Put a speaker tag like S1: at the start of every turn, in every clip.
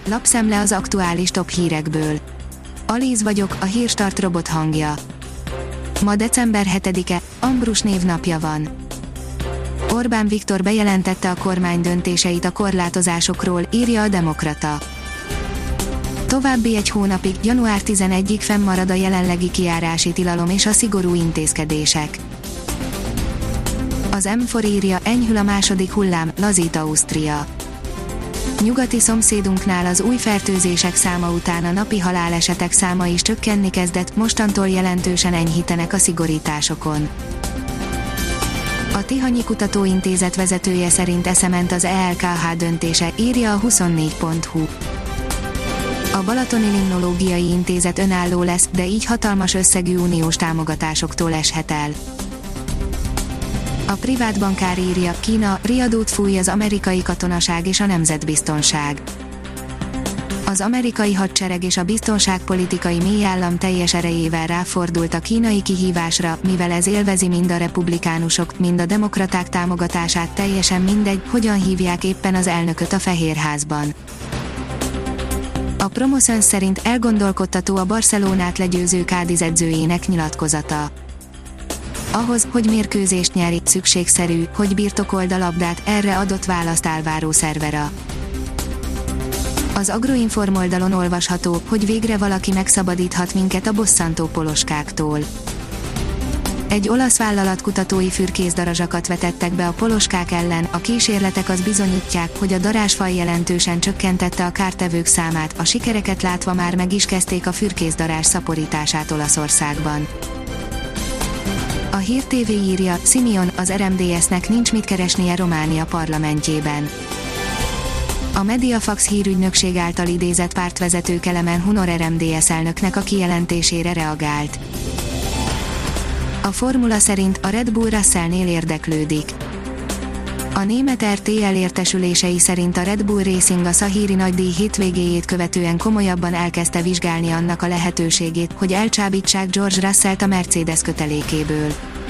S1: lapszemle az aktuális top hírekből. Alíz vagyok, a Hírstart robot hangja. Ma december 7-e, Ambrus névnapja van. Orbán Viktor bejelentette a kormány döntéseit a korlátozásokról, írja a Demokrata. További egy hónapig, január 11-ig fennmarad a jelenlegi kijárási tilalom és a szigorú intézkedések. Az M4 írja, enyhül a második hullám, lazít Ausztria. Nyugati szomszédunknál az új fertőzések száma után a napi halálesetek száma is csökkenni kezdett, mostantól jelentősen enyhítenek a szigorításokon. A Tihanyi Kutatóintézet vezetője szerint eszement az ELKH döntése, írja a 24.hu. A Balatoni Limnológiai Intézet önálló lesz, de így hatalmas összegű uniós támogatásoktól eshet el. A privát bankár írja, Kína, riadót fúj az amerikai katonaság és a nemzetbiztonság. Az amerikai hadsereg és a biztonságpolitikai mélyállam teljes erejével ráfordult a kínai kihívásra, mivel ez élvezi mind a republikánusok, mind a demokraták támogatását, teljesen mindegy, hogyan hívják éppen az elnököt a Fehérházban. A Promoszöns szerint elgondolkodtató a Barcelonát legyőző Cádiz edzőjének nyilatkozata. Ahhoz, hogy mérkőzést nyeri, szükségszerű, hogy birtokold a labdát, erre adott választ Álvaro Cervera. Az Agroinform oldalon olvasható, hogy végre valaki megszabadíthat minket a bosszantó poloskáktól. Egy olasz vállalat kutatói fürkészdarazsakat vetettek be a poloskák ellen, a kísérletek azt bizonyítják, hogy a darázsfaj jelentősen csökkentette a kártevők számát, a sikereket látva már meg is kezdték a fürkészdarázs szaporítását Olaszországban. A Hír TV írja, Simeon, az RMDS-nek nincs mit keresnie Románia parlamentjében. A Mediafax hírügynökség által idézett pártvezető Kelemen Hunor RMDS elnöknek a kijelentésére reagált. A formula szerint a Red Bull Russellnél érdeklődik. A német RTL értesülései szerint a Red Bull Racing a szahíri nagydíj hétvégéjét követően komolyabban elkezdte vizsgálni annak a lehetőségét, hogy elcsábítsák George Russellt a Mercedes kötelékéből.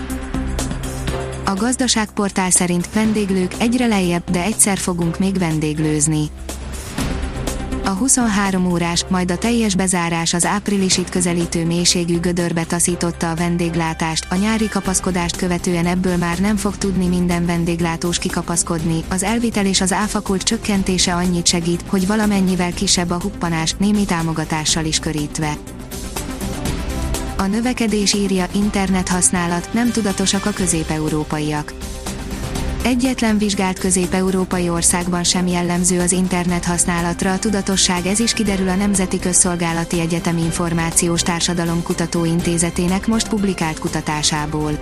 S1: A gazdaságportál szerint vendéglők egyre lejjebb, de egyszer fogunk még vendéglőzni. A 23 órás, majd a teljes bezárás az áprilisit közelítő mélységű gödörbe taszította a vendéglátást, a nyári kapaszkodást követően ebből már nem fog tudni minden vendéglátós kikapaszkodni, az elvitel és az áfakult csökkentése annyit segít, hogy valamennyivel kisebb a huppanás, némi támogatással is körítve. A növekedés írja, internethasználat, nem tudatosak a közép-európaiak. Egyetlen vizsgált közép-európai országban sem jellemző az internet használatra a tudatosság, ez is kiderül a Nemzeti Közszolgálati Egyetem Információs Társadalom Kutatóintézetének most publikált kutatásából.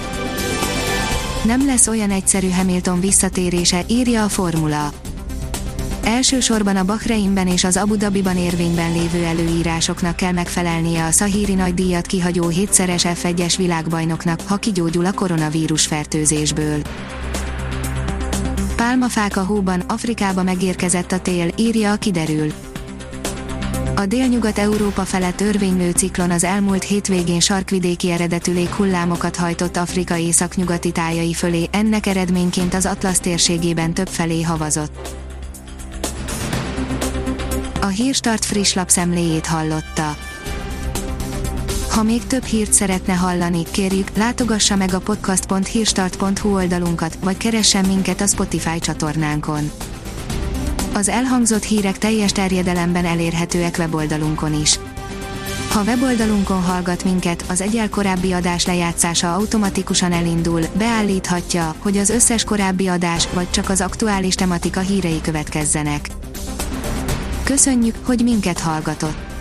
S1: Nem lesz olyan egyszerű Hamilton visszatérése, írja a Formula. Elsősorban a Bahreinben és az Abu Dhabiban érvényben lévő előírásoknak kell megfelelnie a szahíri nagydíjat kihagyó 7-szeres F1-es világbajnoknak, ha kigyógyul a koronavírus fertőzésből. Pálmafák a hóban, Afrikába megérkezett a tél, írja a Kiderül. A Délnyugat-Európa felett örvénylő ciklon az elmúlt hétvégén sarkvidéki eredetű léghullámokat hajtott Afrika északnyugati tájai fölé, ennek eredményként az Atlasz térségében többfelé havazott. A Hírstart friss lapszemléjét hallotta. Ha még több hírt szeretne hallani, kérjük, látogassa meg a podcast.hírstart.hu oldalunkat, vagy keressen minket a Spotify csatornánkon. Az elhangzott hírek teljes terjedelemben elérhetőek weboldalunkon is. Ha weboldalunkon hallgat minket, az egyel korábbi adás lejátszása automatikusan elindul, beállíthatja, hogy az összes korábbi adás, vagy csak az aktuális tematika hírei következzenek. Köszönjük, hogy minket hallgatott!